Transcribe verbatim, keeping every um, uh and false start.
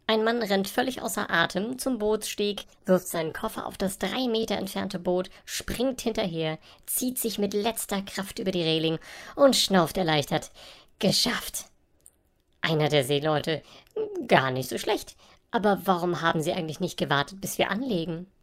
Ein Mann rennt völlig außer Atem zum Bootssteg, wirft seinen Koffer auf das drei Meter entfernte Boot, springt hinterher, zieht sich mit letzter Kraft über die Reling und schnauft erleichtert. Geschafft! Einer der Seeleute: Gar nicht so schlecht. Aber warum haben Sie eigentlich nicht gewartet, bis wir anlegen?